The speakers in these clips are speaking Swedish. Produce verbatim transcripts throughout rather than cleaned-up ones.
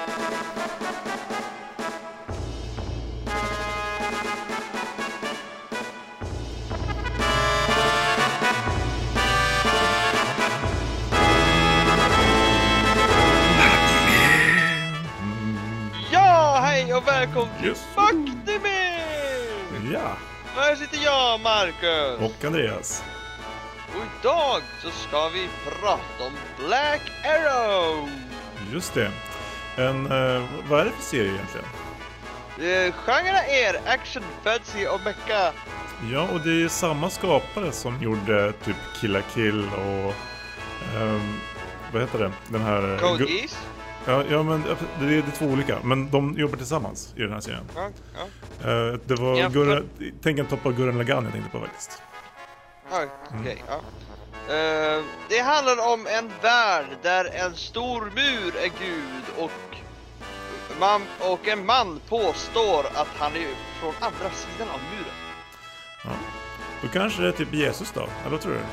Och välkommen till Just. Faktimin! Ja, Här sitter jag, Marcus. och Andreas. Och idag så ska vi prata om Black Arrow. Just det. En, eh, vad är det för serie egentligen? Eh, genrerna är action, fantasy och mecha. Ja, och det är ju samma skapare som gjorde typ Kill la Kill och... ehm, vad heter det? Den här... Code gu- Geass. Ja, ja, men det är, det är två olika. Men de jobbar tillsammans i den här serien. Ja, ja. Eh, det var Ja, Gurren... Tänk en topp av Gurren Lagann jag tänkte på faktiskt. Ja, okej, ja. Eh, det handlar om en värld där en stor mur är gud och man, och en man påstår att han är från andra sidan av muren. Ja. Då kanske det är typ Jesus då, eller vad tror du?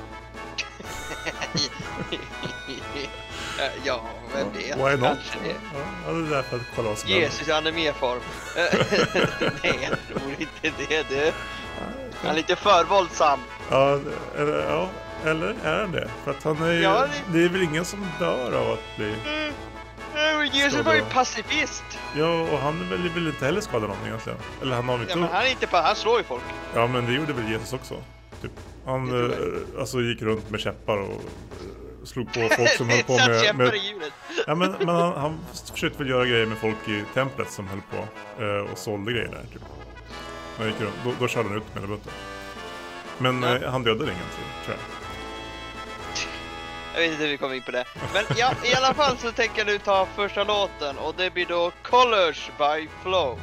Eh, ja, vem vet? Why not? Kanske det. Ja, det är därför att kolla oss. Jesus i animeform. Nej, jag tror inte det. Du. Han är lite för våldsam. Ja, eller, ja, eller är han det? För att han är ju, Ja, det- det är väl ingen som dör av att bli... Mm. Eh, Jesus var ju pacifist. Ja, och han vill väl inte heller skada någon egentligen. Eller han har väl Ja, inte... men han är inte pa- han slår ju folk. Ja, men det gjorde väl Jesus också. Typ. Han Det tror eh, alltså gick runt med käppar och eh, slog på folk som höll på Satt med... käppar med... i hjulet. Ja, men, men han, han försökte väl göra grejer med folk i templet som höll på eh, och sålde grejer där, typ. Han gick runt, då, då körde han ut med en butten. Men Ja. eh, han dödade ingen, tror jag. Jag vet inte hur vi kommer in på det. Men ja, i alla fall så tänker jag nu ta första låten. Och det blir då Colors by Flow.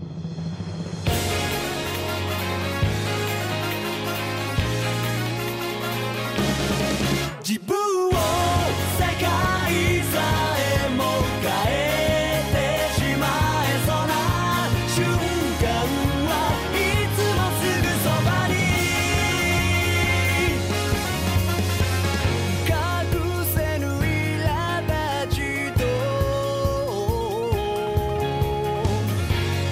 自分を世界さえも変えてしまえそうな瞬間はいつもすぐそばに隠せぬ苛立ちと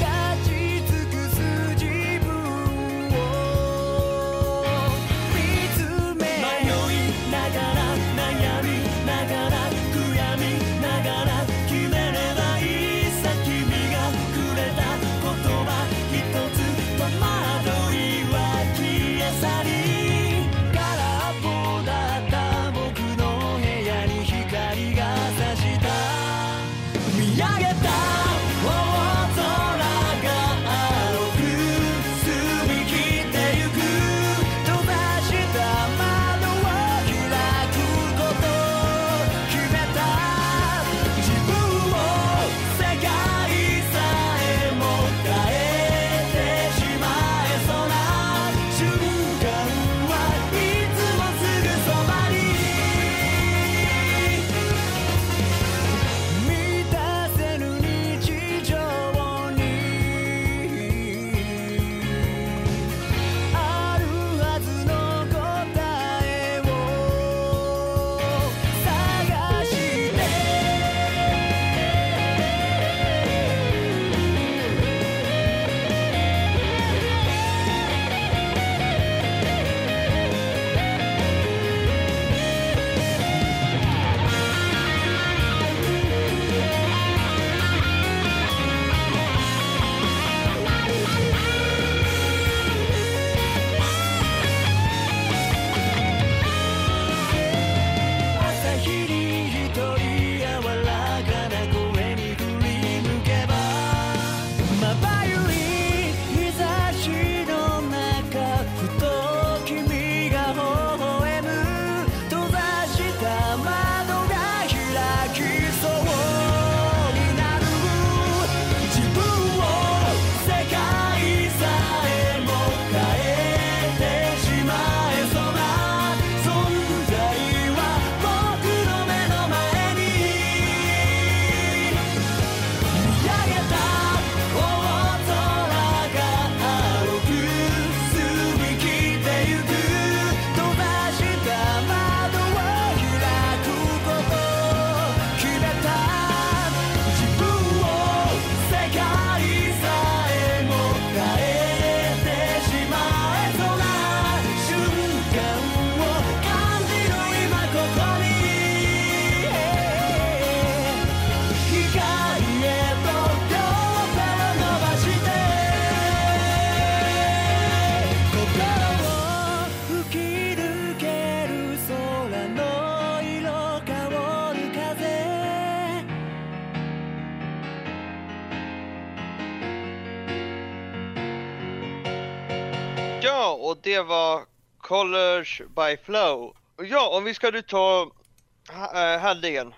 Ja, och det var Colors by Flow. Och ja, om vi ska nu ta ha- äh, handlingen.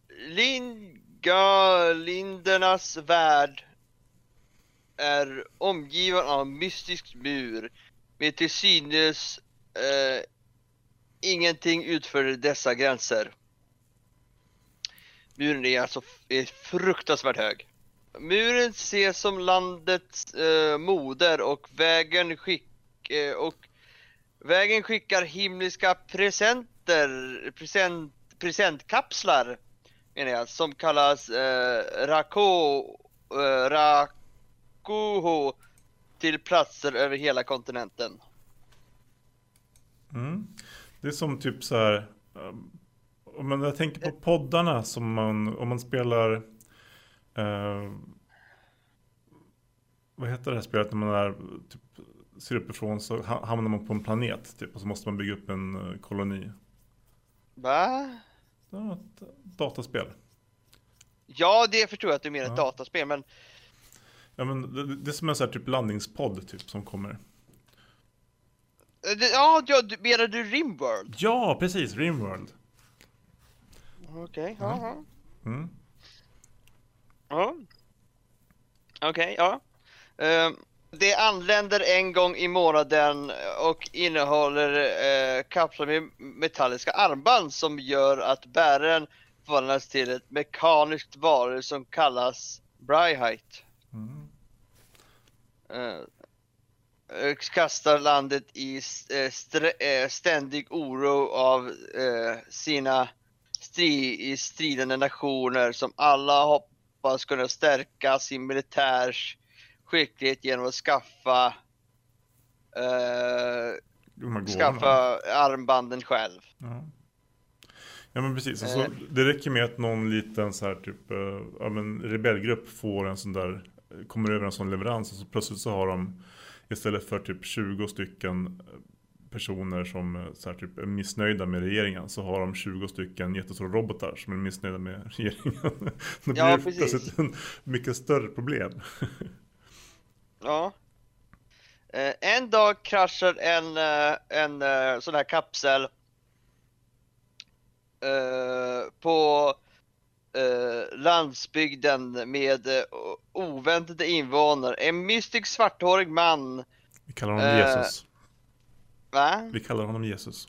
Lingalindernas värld är omgiven av en mystisk mur med till synes äh, ingenting utför dessa gränser. Muren är alltså är fruktansvärt hög. Muren ses som landets äh, moder och vägen skick äh, och vägen skickar himmelska presenter, present, presentkapslar menar jag, som kallas äh, Rako, äh, Rakoho till platser över hela kontinenten. Mm. Det är som typ så här, um, om man jag tänker på poddarna som man, om man spelar uh, vad heter det här spelet när man är typ ser uppifrån så ha- hamnar man på en planet typ, och så måste man bygga upp en uh, koloni. Va? Ja, ett dataspel. Ja, det förstår jag att du menar Ja. ett dataspel, men Ja, men det, det är som en så här typ landningspodd typ som kommer. äh, det, ja, ja, du- menar du Rimworld? Ja, precis, Rimworld. Okej, okay, ja, ja. Mm. Ja. Okej, ja. Ehm, det anländer en gång i månaden och innehåller uh, kapslar med metalliska armband som gör att bäraren förvandlas till ett mekaniskt varor som kallas Bryhite. Mm. Uh, kastar landet i uh, stre- uh, ständig oro av uh, sina stri- i stridande nationer som alla hoppas kunna stärka sin militärs skicklighet genom att skaffa uh, De här gåvorna. skaffa armbanden själv. Ja. Ja, men precis. Alltså, Eh. det räcker med att någon liten så här typ uh, ja, men rebellgrupp får en sån där, kommer över en sån leverans och så plötsligt så har de istället för typ tjugo stycken personer som eh, så här typ är missnöjda med regeringen, så har de tjugo stycken jättestora robotar som är missnöjda med regeringen. Då blir Ja, det precis. plötsligt en mycket större problem. Ja. Eh, en dag kraschar en, eh, en eh, sån här kapsel eh, på eh, landsbygden med eh, oväntade invånare. En mystisk svarthårig man. Vi kallar honom Eh. Jesus. Va? Vi kallar honom Jesus.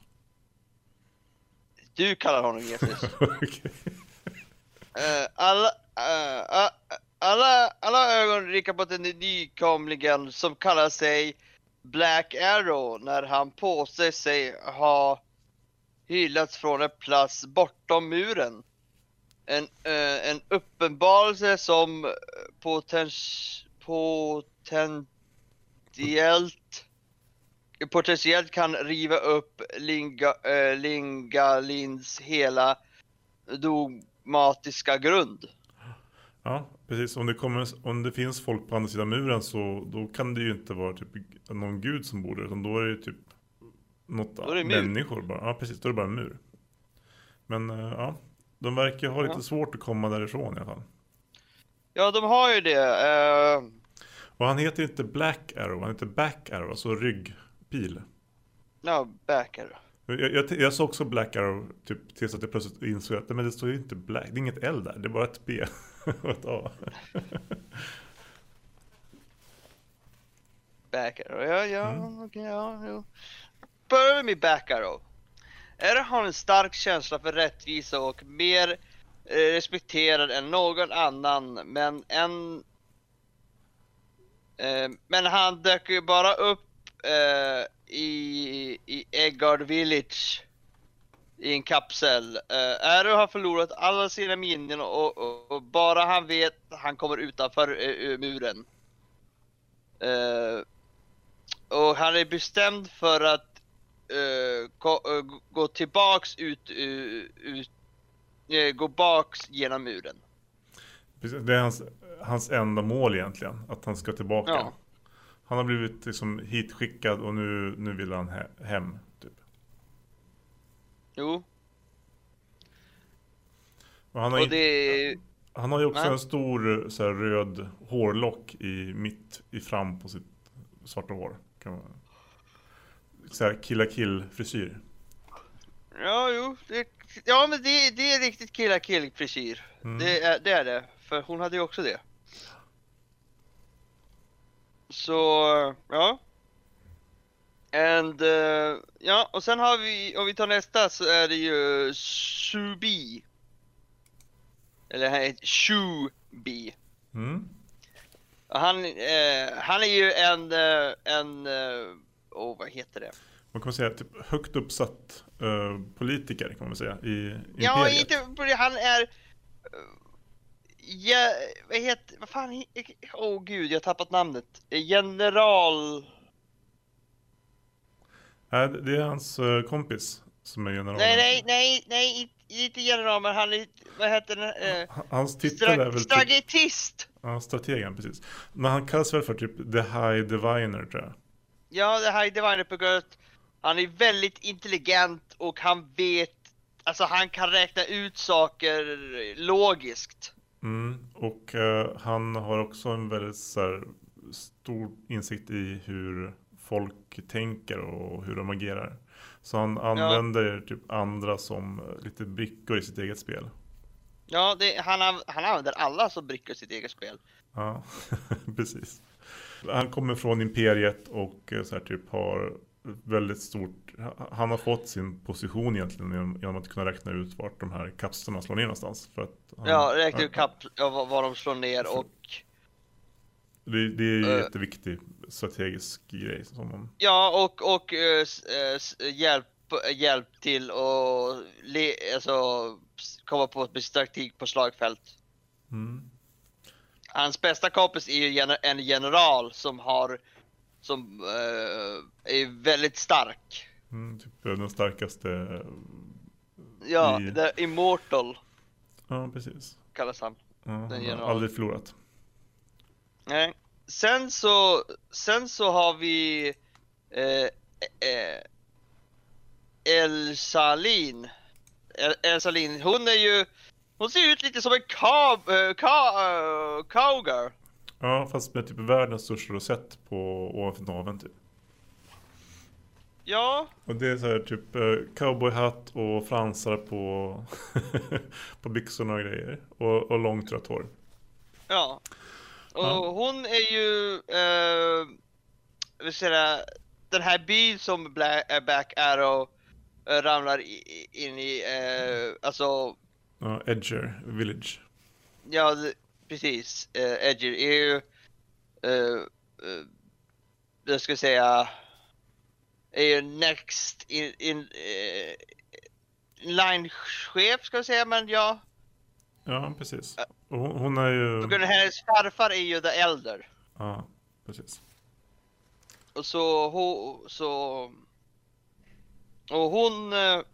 Du kallar honom Jesus. Okej. Eh, alla, eh, a- alla, alla ögon rikar på den nykomlingen som kallar sig Black Arrow när han påstår sig ha hyllats från en plats bortom muren. En, eh, en uppenbarelse som potens, potentiellt potentiellt kan riva upp Linga, eh, Lingalins hela dogmatiska grund. Ja, precis. Om det, kommer, om det finns folk på andra sidan muren så då kan det ju inte vara typ någon gud som bor där, utan då är det ju typ något Då är det mur. människor bara. Ja, precis. Då är det bara en mur. Men eh, ja, de verkar ha lite Ja. svårt att komma därifrån i alla fall. Ja, de har ju det. Eh, Och han heter inte Black Arrow, han heter Back Arrow, alltså ryggpil. no, Back Arrow. Jag, jag, jag såg också Black Arrow typ, tills att jag plötsligt insåg att men det står ju inte Black, det är inget L där, det är bara ett B och ett A. Back Arrow, ja, ja, Mm. okej, ja, jo. Börjar med Back Arrow. Är har en stark känsla för rättvisa och mer eh, respekterad än någon annan, men en eh, men han dök ju bara upp eh, i, i Eggard Village i en kapsel. Eh, Arrow har förlorat alla sina minnen och, och, och bara han vet han kommer utanför eh, muren. Eh, och han är bestämd för att uh, gå, uh, gå tillbaks ut, uh, ut uh, gå baks genom muren. Precis, det är hans, hans enda mål egentligen, att han ska tillbaka. Ja. Han har blivit liksom hitskickad och nu, nu vill han he- hem typ. Jo, Och han har och inte- det Han har ju också Nej. en stor så här, röd hårlock i mitt i fram på sitt svarta hår. Kan man... så här killa kill frisyr. Ja, jo. Det, ja, men det, det är riktigt killa kill frisyr. Mm. Det, är, det är det. För hon hade ju också det. Så, ja. And, uh, ja, och sen har vi, om vi tar nästa så är det ju Subi. Eller han heter Shubi. Mm. Han, eh, han är ju en, eh, en, eh, oh, vad heter det? Man kan säga typ högt uppsatt uh, politiker kan man säga i, i Ja, imperiet. inte, han är, uh, ja, vad heter, vad fan, åh oh, gud, jag har tappat namnet. General... Nej, det är hans uh, kompis som är general. Nej, nej, nej, nej, inte general, men han är, vad heter den? Uh, Hans titel är väl typ, strategist. ja, strategen, precis. Men han kallas väl för typ The High Diviner, tror jag. Ja, det här är Diviner på grund att han är väldigt intelligent och han vet, alltså han kan räkna ut saker logiskt. Mm. Och uh, han har också en väldigt så här, stor insikt i hur folk tänker och hur de agerar. Så han använder ja. typ andra som lite brickor i sitt eget spel. Ja, det, han, han använder alla som brickor i sitt eget spel. Ja, precis. Han kommer från imperiet och så här, typ har väldigt stort... Han har fått sin position egentligen genom, genom att kunna räkna ut vart de här kapslarna slår ner någonstans. För att han, ja, räkna ut kap, ja, var de slår ner för, och... Det, det är en uh, jätteviktig strategisk grej. Som man... Ja, och, och uh, hjälp, hjälp till att le, alltså, komma på ett taktik på slagfält. Mm. Hans bästa kompis är ju gener- en general som har som uh, är väldigt stark. Mm, typ den starkaste. Ja, i... the immortal. Ja, precis. Kallas han. Ja, han har general. aldrig förlorat. Nej. Sen så sen så har vi eh, eh, Elsalin. El, Elsalin, hon är ju hon ser ut lite som en cow, uh, cow, uh, cowgirl. Ja, fast med typ världens största rosett på ovanför naveln typ. Ja. Och det är så här typ uh, cowboyhatt och fransar på på byxorna och grejer. Och, och långt rött hår. Ja. Och ja. hon är ju uh, vill säga, den här byn som Black, Back Arrow uh, ramlar i, in i, uh, alltså ja, Edger Village. ja, det, precis. Uh, Edger är ju uh, uh, jag ska säga är ju next in, in uh, line-chef ska jag säga, men ja. Ja, precis. Och hon, hon är ju... Och hennes farfar är ju the elder. Ja, precis. Och så hon, så och hon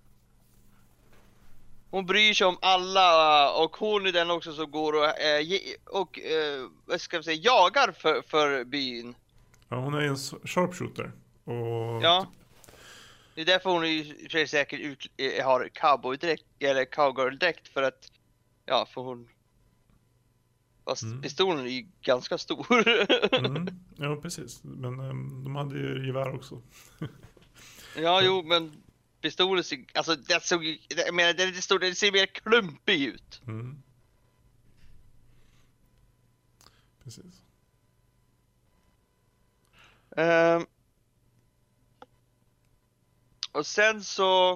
hon bryr sig om alla, och hon är den också som går och och vad ska jag säga, jagar för för byn. Ja, hon är en sharpshooter och ja. Det är därför hon är säkert ut, har cowboydräkt eller cowgirl-dräkt, för att ja, för hon fast mm. pistolen är ju ganska stor. mm. Ja, precis. Men um, de hade ju gevär också. Ja, jo, men pistolen ser, alltså det såg, jag menar, det är lite stor, det ser mer klumpig ut. Mm. Precis. Um, och sen så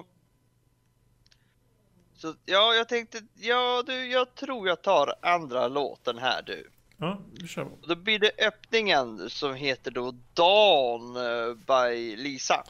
så ja, jag tänkte, ja du, jag tror jag tar andra låten här du. Ja, vi kör. Då blir det öppningen som heter då Dawn uh, by Lisa.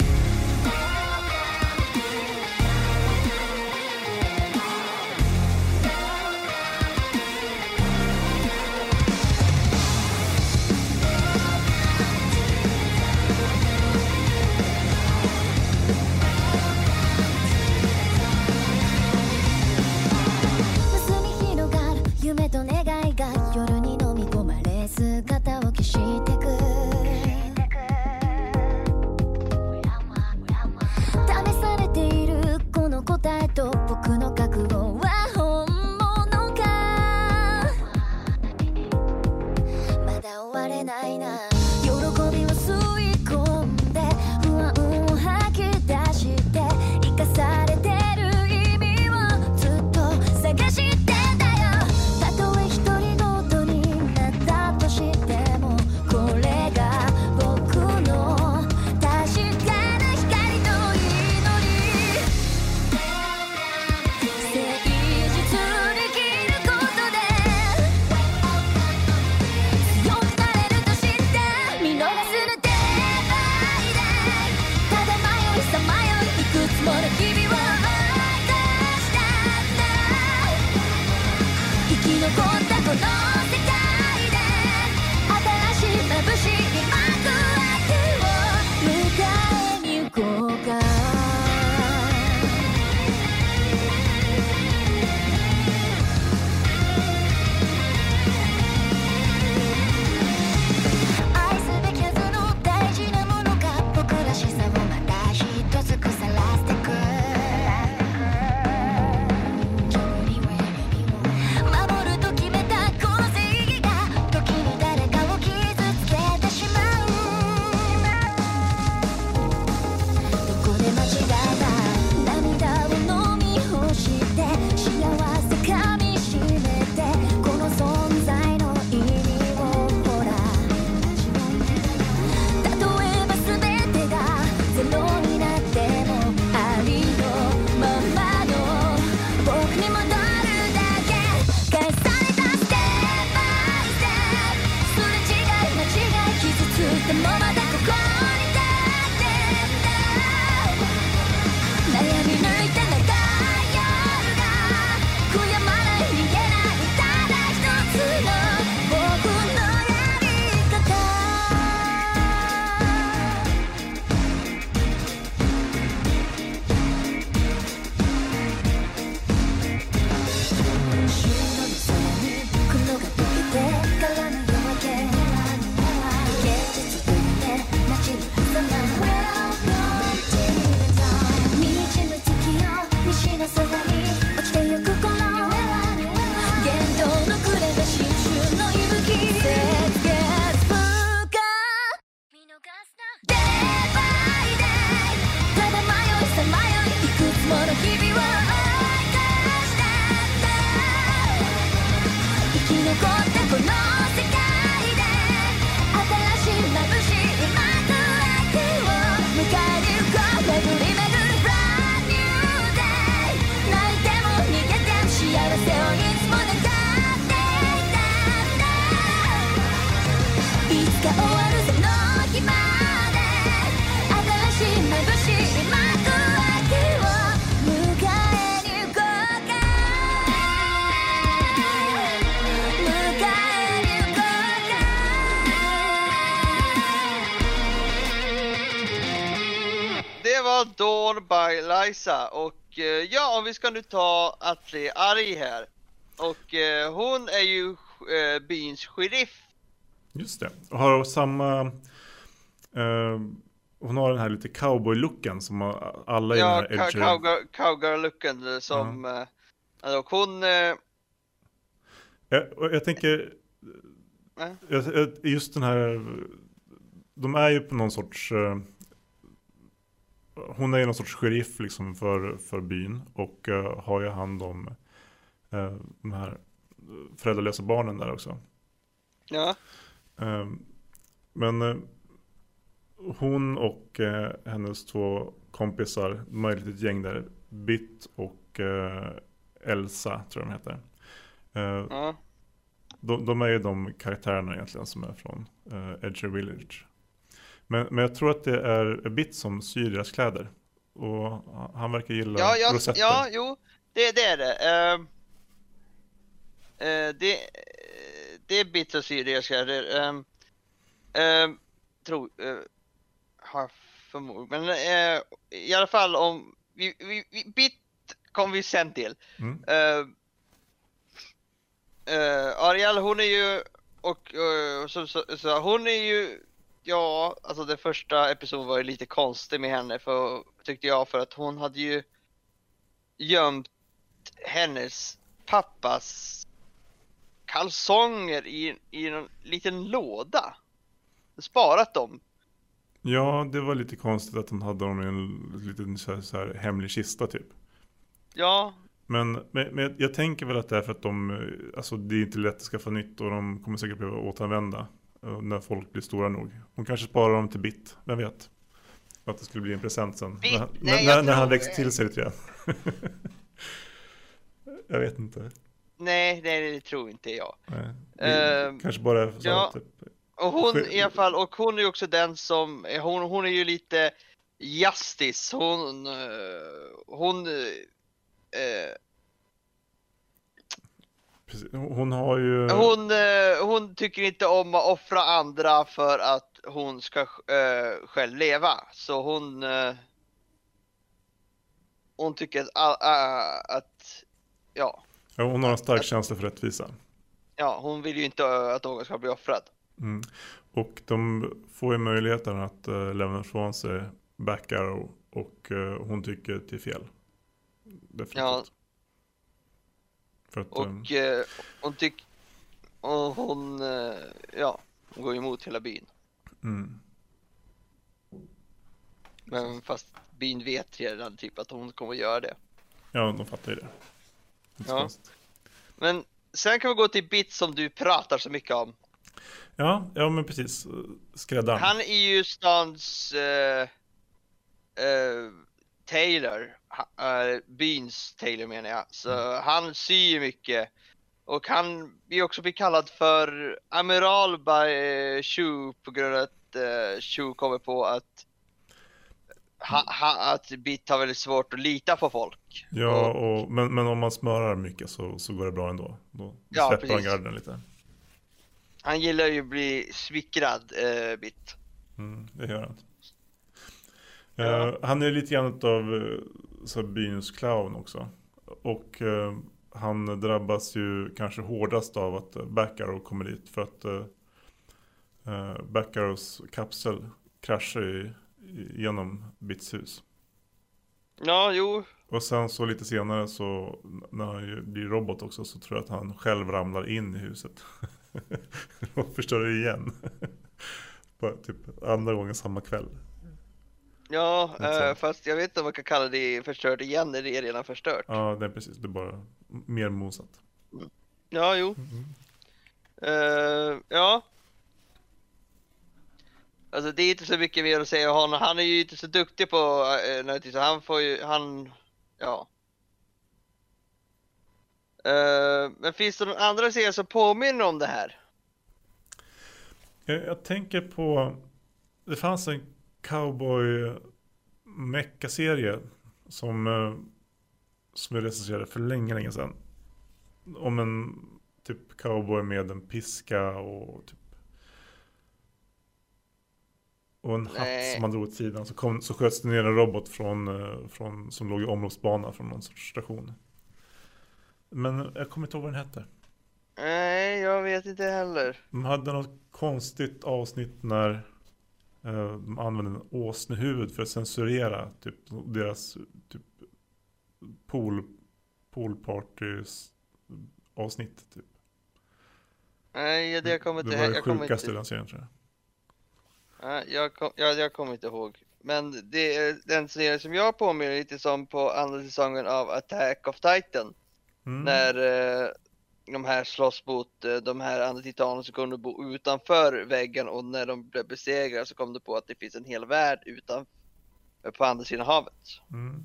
ないな喜びを吸い込んで不安を吐き残ったこの世界で新しい眩しい幕開けを迎えに行こうか愛すべきはずの大事なものが僕らしさをまた一つ腐らせてく守ると決めたこの正義が時に誰かを傷つけてしまうどこで間違えた涙を飲み干して幸せかみしめてこの存在の意味をほら例えば全てがゼロになってもありのままの僕に戻るだけ返されたステップバイステップすれ違い間違い傷ついてもまたここに立ってんだ悩み抜いて長い夜が悔やまない逃げないただ一つの僕のやり方後ろの空に雲が溶けてからの夜明け現実と夢街に挟ま滲む月よ西の空に落ちてゆく頃言動のくれた新春の息吹雪月風が見逃すな Day by day ただ迷いさまよいいくつもの日々を追い返してった生き残ったこの世界で新しい眩しい幕開けを迎えに行こう巡り巡る Brand new day 泣いても逃げても幸せをいつも願っていたんだいつか終わるその日まで新しい眩しい幕開けを迎えに行こうか迎えに行こうか Det var Dawn by Liza och eh, ja, om vi ska nu ta Atli Arg här. Och eh, hon är ju eh, byns sheriff. Just det. Och har samma... Eh, hon har den här lite cowboy-looken som har alla i Ja, den här cow- cowgirl, cowgirl-looken eh, som... eh, alltså, och hon... eh, Jag, och jag tänker... Nej. jag- jag- Just den här... De är ju på någon sorts... eh, Hon är ju någon sorts sheriff liksom för, för byn. Och eh, har ju hand om eh, de här föräldralösa barnen där också. Ja, Eh, Men eh, hon och eh, hennes två kompisar, de har ett litet gäng där, Bit och eh, Elsa tror jag de heter. Eh, ja. de, de är ju de karaktärerna egentligen som är från eh, Edger Village. Men, men jag tror att det är Bit som syr deras kläder. Och han verkar gilla Ja, ja, rosetter. ja, jo, det, det är det. Uh, uh, det. Det är Bit och Sirius kläder. Um, um, tror... Uh, har förmodligen. Men uh, i alla fall om... Vi, vi, vi, Bit kommer vi sen till. Mm. Uh, uh, Ariel, hon är ju... Och uh, så, så, så hon är ju... Ja, alltså den första episoden var ju lite konstig med henne för, tyckte jag, för att hon hade ju gömt hennes pappas kalsonger i, i en liten låda. Sparat dem. Ja, det var lite konstigt att de hade dem i en liten så här, så här hemlig kista typ. Ja, Men, men, men jag tänker väl att det är för att de, alltså det är inte lätt att skaffa nytt och de kommer säkert behöva återanvända eh, när folk blir stora nog. Hon kanske sparar dem till Bit, vem vet? Att det skulle bli en present sen. Bit? När, Nej, när, jag när han tror- växt till sig lite grann. Jag vet inte. nej, nej det tror inte jag. Nej. Det Ehm, kanske bara är så ja. typ. Och hon Ske- i alla fall, och hon är ju också den som, hon, hon är ju lite justice, hon, eh, hon, eh, Precis. Hon har ju... Hon, eh, hon tycker inte om att offra andra för att hon ska eh, själv leva. Så hon... Eh, hon tycker att... all- äh, att ja, Ja, hon har en stark känsla för rättvisa. ja, hon vill ju inte att någon ska bli offrad. Mm. Och de får ju möjligheten att uh, lämna ifrån sig Back Arrow. Och uh, hon tycker att det är fel. Definitivt. Ja. För att, Och um, eh, hon tycker... Och hon... Eh, ja, hon går emot hela byn. mm. Men fast byn vet redan typ att hon kommer att göra det. Ja, de fattar ju det. Inte så Ja. konstigt. Men sen kan vi gå till Bit som du pratar så mycket om. Ja, ja, men precis. Skräddaren. Han är ju stans eh, eh, Taylor, ha, eh, byns Taylor menar jag. Så han syr ju mycket. Och han blir också blir kallad för Amiral by eh, Shu på grund av att eh, Shu kommer på att ha, ha, att Bit har väldigt svårt att lita på folk. Ja, Och, och, men, men om man smörar mycket så, så går det bra ändå. Då Ja, släpper han precis. garden lite. han gillar ju att bli smickrad, eh, Bit. Mm, det gör han. Ja. Eh, han är lite grann av uh, så här byns clown också. Och eh, han drabbas ju kanske hårdast av att uh, Back Arrow kommer dit. För att uh, uh, Back Arrows kapsel kraschar i, i, genom Bits hus. Ja, jo. Och sen så lite senare så när han ju blir robot också så tror jag att han själv ramlar in i huset. Och förstör det igen. Bara typ andra gången samma kväll. Ja, Lite eh, så. fast jag vet inte om man kan kalla det förstört igen när det är redan förstört. Ja, det är precis. Det är bara mer mosat. Ja, jo. Eh, ja. Alltså det är inte så mycket mer att säga om honom. Han är ju inte så duktig på uh, någonting, så han får ju, han, ja. Eh, men finns det någon andra serier som påminner om det här? Jag, jag tänker på... Det fanns en cowboy mecka-serie som, eh, som jag recenserade för länge, länge sedan. Om en typ cowboy med en piska och typ och en hatt Nej. som man drog åt sidan. Så, kom, så sköts det ner en robot från, eh, från, som låg i omloppsbana från någon sorts station. Men jag kommer inte ihåg vad den hette. Nej, jag vet inte heller. De hade något konstigt avsnitt när eh, de använde en åsnehuvud för att censurera typ deras typ pool poolpartys avsnitt typ. Nej, det jag kommer inte Det var det jag kommer sjukaste i inte, den serien, tror jag. nej, jag, kom, jag, jag kommer inte ihåg. Men det är den serien som jag påminner lite som på andra säsongen av Attack of Titan. Mm. När eh, de här slåss mot eh, de här andra titanerna som kunde bo utanför väggen, och när de blev besegrade så kom det på att det finns en hel värld utan, på andra sidan havet. Mm.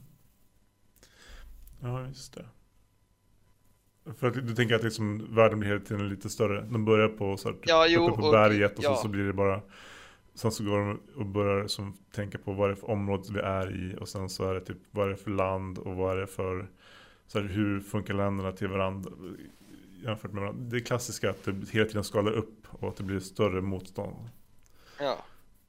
Ja, just det. För att du tänker att liksom världen blir hela tiden lite större. De börjar på, så här, typ, Ja, jo, uppe på och- berget och ja. så, så blir det bara... Sen så går de och börjar som, tänka på vad det är för område vi är i. Och sen så är det typ vad är det för land och vad är det för... Så här, hur funkar länderna till varandra jämfört med varandra. Det är klassiska att det hela tiden skalar upp och att det blir större motstånd. Ja,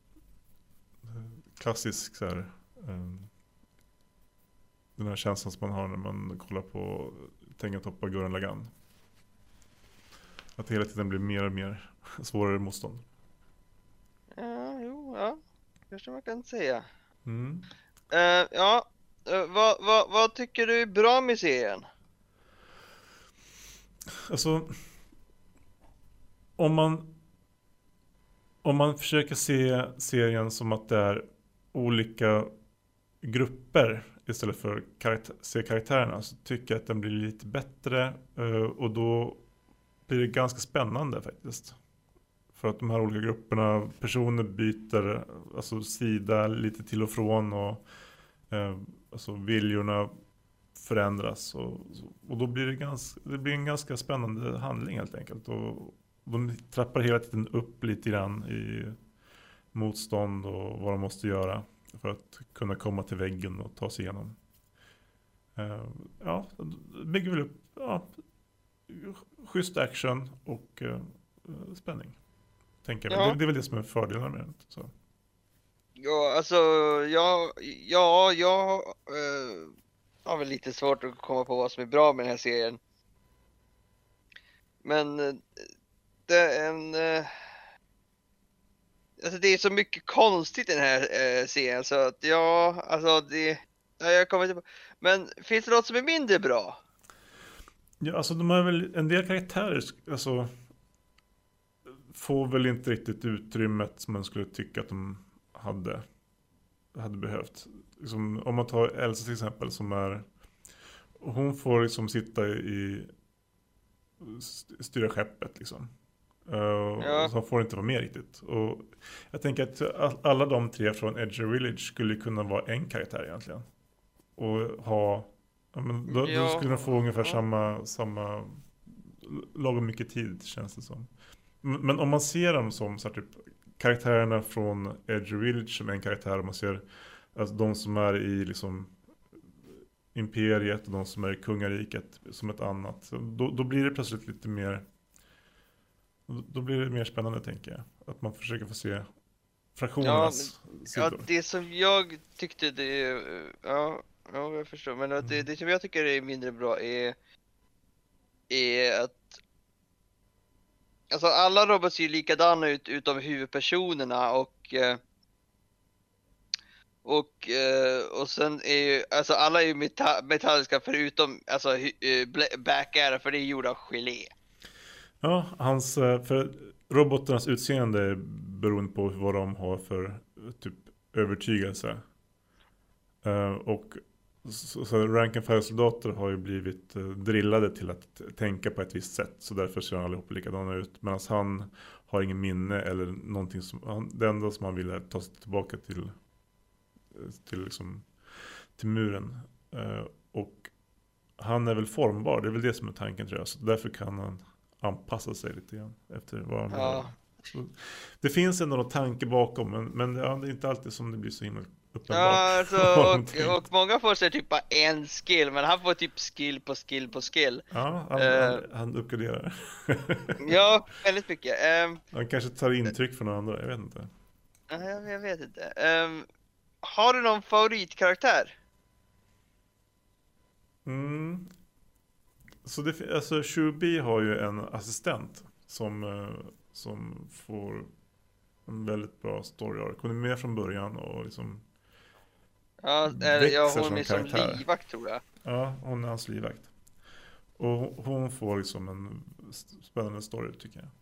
Klassisk så här... Um, den här känslan som man har när man kollar på Tengen-Toppa och Gurren Lagann. Att det hela tiden blir mer och mer svårare motstånd. ja, jo, ja, kanske man kan säga. Mm. Eh, ja, eh, vad, vad, vad tycker du är bra med serien? Alltså, om man om man försöker se serien som att det är olika grupper istället för karaktär, se karaktärerna, så tycker jag att den blir lite bättre, eh, och då blir det ganska spännande faktiskt. För att de här olika grupperna, personer byter alltså sida lite till och från, och eh, alltså viljorna förändras, och, och då blir det, ganska, det blir en ganska spännande handling helt enkelt, och de trappar hela tiden upp lite grann i motstånd och vad de måste göra för att kunna komma till väggen och ta sig igenom. Uh, ja, det bygger väl upp, ja, schysst action och uh, spänning. Tänker jag. Ja. Det, det är väl det som är fördelen med det. Så. Ja, alltså, ja, ja, jag eh, har väl lite svårt att komma på vad som är bra med den här serien. Men eh, det är en... Eh, alltså det är så mycket konstigt i den här eh, serien så att ja, alltså det... Ja, jag kommer inte på. Men finns det något som är mindre bra? Ja, alltså de har väl en del karaktärer, alltså får väl inte riktigt utrymmet som man skulle tycka att de hade, hade behövt. Liksom, om man tar Elsa till exempel som är, hon får liksom sitta i styra skeppet liksom. Uh, Ja. Så hon får inte vara med riktigt. Och jag tänker att alla de tre från Edge Village skulle kunna vara en karaktär egentligen. Och ha, ja, men då, Ja. då skulle de få ungefär Ja. samma, samma lagom mycket tid känns det som. Men, men om man ser dem som så här, typ, karaktärerna från Edge Village som en karaktär, om man ser alltså, de som är i liksom imperiet och de som är i kungariket som ett annat, så då, då blir det plötsligt lite mer, då blir det mer spännande tänker jag. Att man försöker få se fraktionernas Ja, sidor. det som jag tyckte det... Ja, ja jag förstår. Men att det, det som jag tycker är mindre bra är... Är att... Alltså alla robots ser ju likadana ut utom huvudpersonerna och... eh, Och, eh, och sen är ju... Alltså alla är ju meta- metalliska förutom alltså, hu- eh, bla- Back-Air för det är gjort av gelé. Ja, hans, eh, för robotarnas utseende är beroende på vad de har för eh, typ övertygelse. Eh, och så, så rank and file-soldater har ju blivit eh, drillade till att tänka på ett visst sätt. Så därför ser han allihop likadana ut. Medan han har ingen minne eller någonting som... Han, det enda som han vill är att ta sig tillbaka till, till, liksom, till muren. Eh, och han är väl formbar, det är väl det som är tanken tror jag. Så därför kan han anpassa sig lite grann efter vad han vill Ja. ha. Så det finns ändå någon tanke bakom, men, men ja, det är inte alltid som det blir så himla uppenbart. Ja, alltså, vad han och, tänkt. och många får sig typ bara en skill, men han får typ skill på skill på skill. Ja, han, Eh. han, han uppgraderar. Ja, väldigt mycket. Um, Han kanske tar intryck från andra, jag vet inte. jag, jag vet inte. Um, har du någon favoritkaraktär? Mm. Så det, alltså Shubi har ju en assistent som, eh, som får en väldigt bra story arc. Hon är med från början och liksom, Ja, Växer äh, ja som hon är som karaktär. livvakt tror jag. ja, hon är hans livvakt. Och hon får liksom en spännande story tycker jag.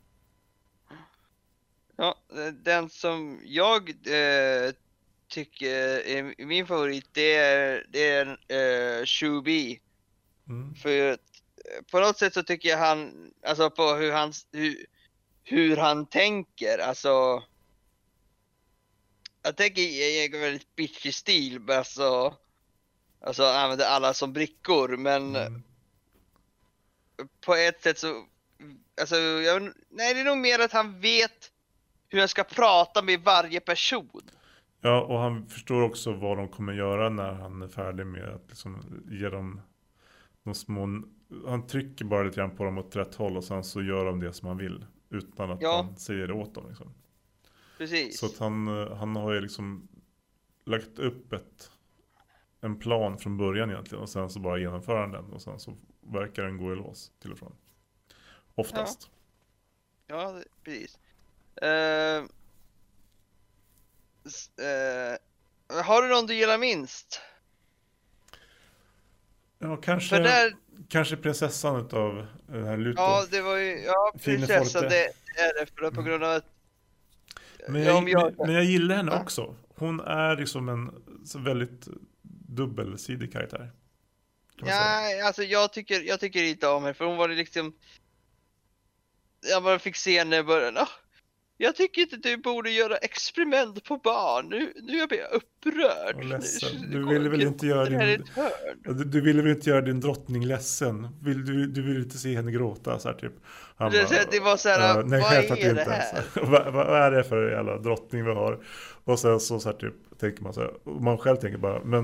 Ja, den som jag eh, tycker är min favorit, det är, det är eh, Shubi. Mm. För att, eh, på något sätt så tycker jag han, alltså på hur han, hur, hur han tänker, alltså jag tänker i en väldigt bitchy stil, men alltså, alltså använder alla som brickor, men Mm. på ett sätt så, alltså jag, nej det är nog mer att han vet hur han ska prata med varje person. Ja, och han förstår också vad de kommer göra när han är färdig med att liksom ge dem de små... Han trycker bara lite grann på dem åt rätt håll och sen så gör de det som han vill utan att Ja. han säger det åt dem liksom. Precis. Så att han, han har ju liksom lagt upp ett, en plan från början egentligen och sen så bara genomför han den och sen så verkar den gå i lås till och från. Oftast. Ja, det- precis. Uh, uh, har du någon du gillar minst? Ja, kanske, För där, kanske prinsessan utav den här Luton. ja det var ju, ja Fine prinsessan, Forte. det är det för på grund av att Men ja, jag, om jag- men, men jag gillar henne Va? också. Hon är liksom en så väldigt dubbelsidig karaktär. kan man säga. ja, alltså jag tycker, jag tycker inte om henne för hon var det liksom, jag bara fick se henne i början, ah, jag tycker inte du borde göra experiment på barn, nu, nu är jag bara upprörd. Jag är ledsen. Nu- Du nu ville väl går- inte göra det här är din- ett hörn. Ja, Du, du ville väl inte göra din drottning ledsen? Vill, du, du vill inte se henne gråta så här typ. Han Det- bara, det var så här, "Eh, nej, vad självklart är det inte." här? Så här, vad, vad är det för jävla drottning vi har? Och sen så, så här typ tänker man så här, och man själv tänker bara, men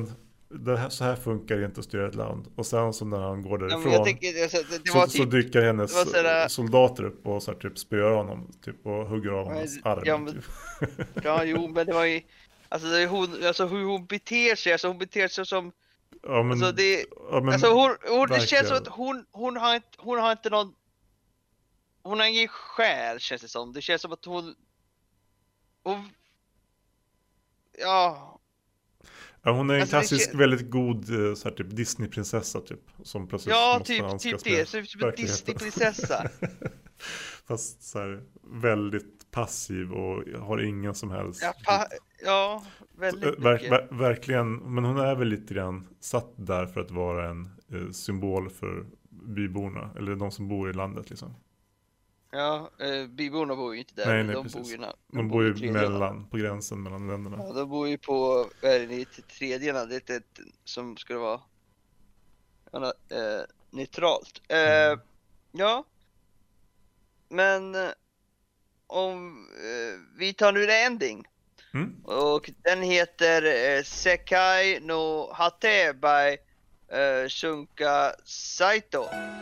det här, så här funkar det inte att styra ett land. Och sen så när han går Ja, därifrån men jag tänker, alltså, det, det var så, typ... så dyker hennes det var sådär- soldater upp och så här, typ spöar honom typ, och hugger av hans arm. Ja, men- typ. Ja, jo, men det var ju... Alltså, det är hon, alltså hur hon beter sig, alltså hon beter sig som... Ja, men, Alltså, det, ja, men, alltså hon, hon, det känns verkligen. som att hon, hon, har inte, hon har inte någon... Hon har ingen själ, känns det som. Det känns som att hon... hon ja... Ja, hon är en Alltså, det klassisk, kän- väldigt god eh, så här, typ Disney-prinsessa typ. Som plötsligt Ja, måste typ, handskas typ med det. Så typ en verkligheten. Disney-prinsessa. Fast så här, väldigt passiv och har ingen som helst. Ja, pa, ja, Så, väldigt eh, verk, mycket. ver, verkligen, men hon är väl lite grann satt där för att vara en eh, symbol för byborna. Eller de som bor i landet liksom. Ja, eh, byborna bor ju inte där. Nej, nej, de precis. bor ju, na, De bor ju i tredje mellan, på gränsen mellan länderna. Ja, de bor ju på, vad är det, i tredje landet, det är ett, som skulle vara ja, eh, neutralt. Eh, Mm. Ja, men eh, om eh, vi tar nu the ending. Mm. Och den heter eh, Sekai no Hate by eh, Shunka Saito.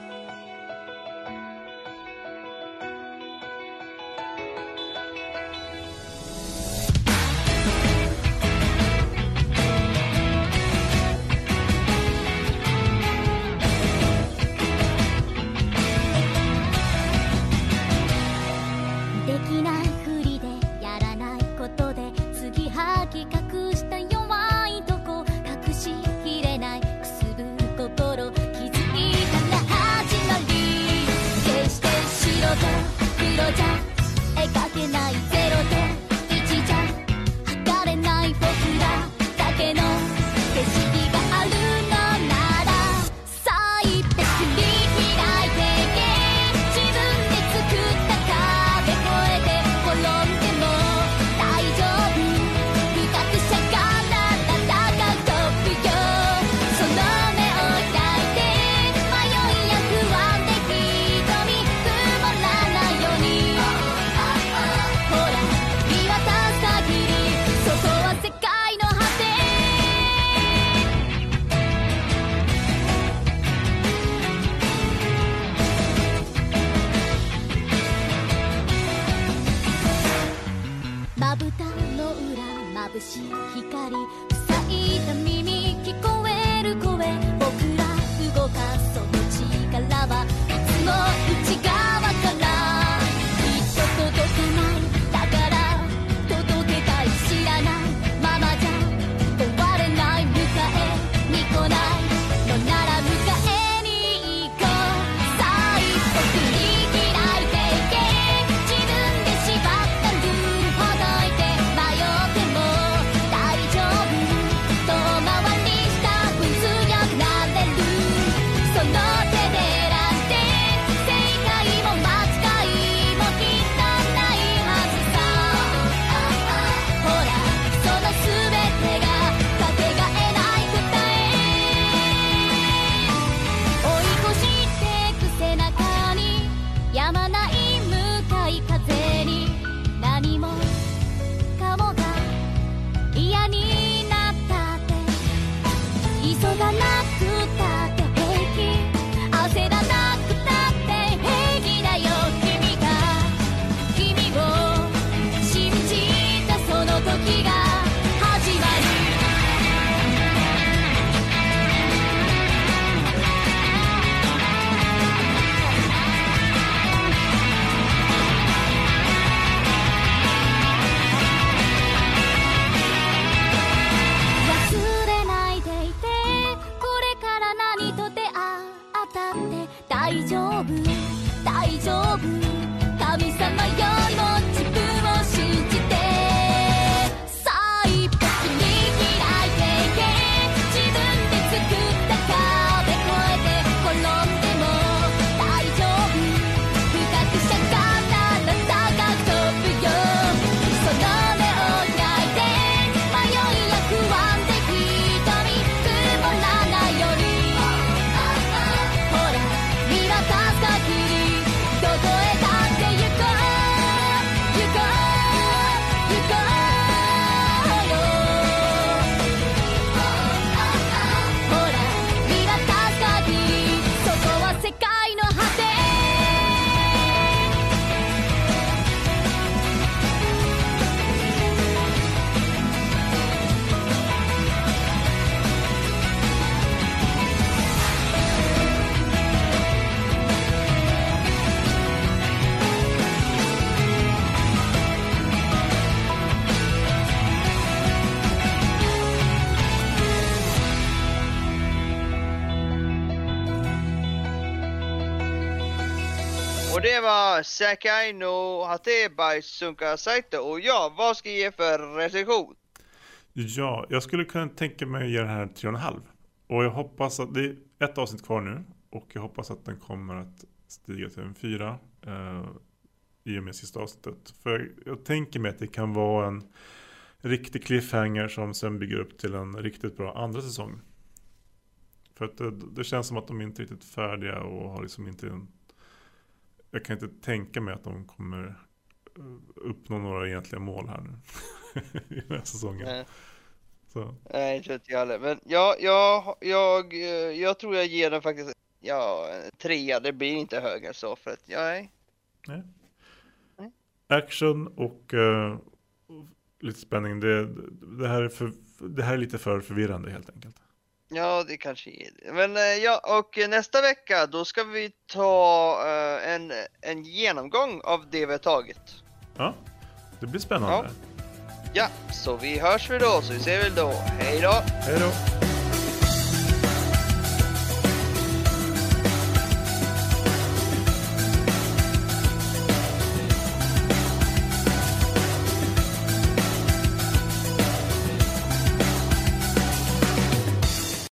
できないふりでやらないことで継ぎはぎ隠した弱いとこ隠しきれないくすぶる心気づいたら始まり決して白と黒じゃ描けないゼロといちじゃ測れない僕らだけの景色があるのならさあ一歩振り開いてけ自分で作った壁越えて転んでも大丈夫深くしゃがんだ戦うトップよその目を開いて迷いや不安で瞳曇らないようにほら見渡す限り外は世界の果てまぶたの裏眩しい光塞いだ耳聞こえる声僕ら動かすその力はいつも内側からきっと届かないだから届けたい知らないままじゃ終われない迎えに来ないのなら迎えに行こうさあ一歩振り開いていけ自分で縛ったルールほどいて迷っても大丈夫遠回りした var Sekai no Hatebai Sunka Saito. Och ja, vad ska jag ge för recension? Ja, jag skulle kunna tänka mig att ge den här tre och en halv. Och jag hoppas att det är ett avsnitt kvar nu. Och jag hoppas att den kommer att stiga till en fyra. Eh, I och med sista avsnittet. För jag tänker mig att det kan vara en riktig cliffhanger som sen bygger upp till en riktigt bra andra säsong. För att det, det känns som att de inte är riktigt färdiga och har liksom inte en... Jag kan inte tänka mig att de kommer uppnå några egentliga mål här nu i den här säsongen. Nej. Så. Nej, inte vet jag heller. Men ja, jag, jag, jag tror jag ger den faktiskt ja, trea. Det blir inte högre så för att ja, nej. Nej. Nej. Action och uh, lite spänning. Det, det, här är för, det här är lite för förvirrande helt enkelt. Ja, det kanske är det. Men eh, ja, och nästa vecka då ska vi ta eh, en, en genomgång av det vi har tagit. Ja, det blir spännande. Ja, så vi hörs vi då, så vi ser väl då. Hej då! Hej då!